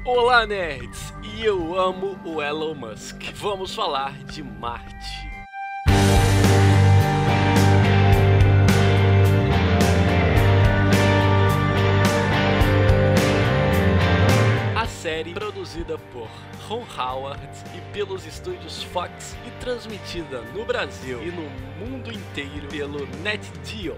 Olá, nerds! E eu amo o Elon Musk. Vamos falar de Marte. A série, produzida por Ron Howard e pelos estúdios Fox e transmitida no Brasil e no mundo inteiro pelo NetGeo.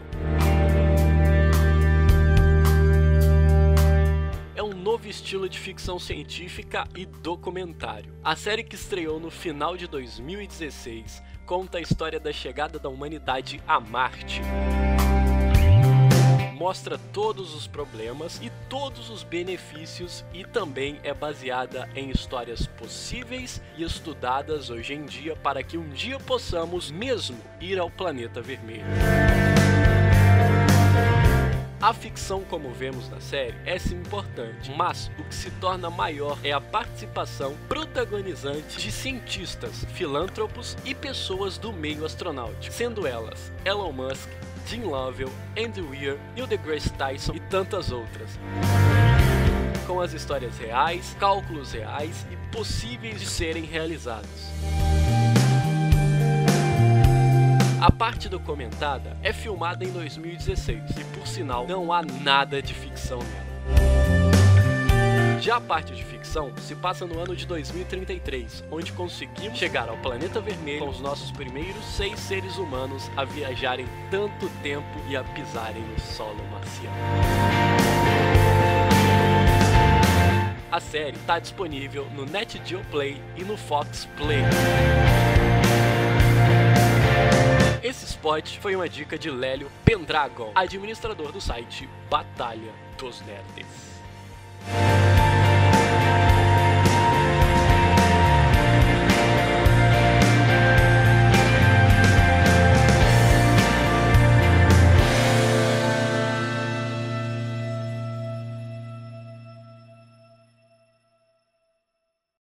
É um novo estilo de ficção científica e documentário. A série, que estreou no final de 2016, conta a história da chegada da humanidade a Marte. Mostra todos os problemas e todos os benefícios e também é baseada em histórias possíveis e estudadas hoje em dia para que um dia possamos mesmo ir ao planeta vermelho. A ficção, como vemos na série, é sim importante, mas o que se torna maior é a participação protagonizante de cientistas, filântropos e pessoas do meio astronáutico, sendo elas Elon Musk, Jim Lovell, Andy Weir, Neil deGrasse Tyson e tantas outras. Com as histórias reais, cálculos reais e possíveis de serem realizados. A parte documentada é filmada em 2016 e, por sinal, não há nada de ficção nela. Já a parte de ficção se passa no ano de 2033, onde conseguimos chegar ao planeta vermelho com os nossos primeiros 6 seres humanos a viajarem tanto tempo e a pisarem no solo marciano. A série está disponível no NetGeo Play e no Fox Play. Esse spot foi uma dica de Lélio Pendragon, administrador do site Batalha dos Nerds.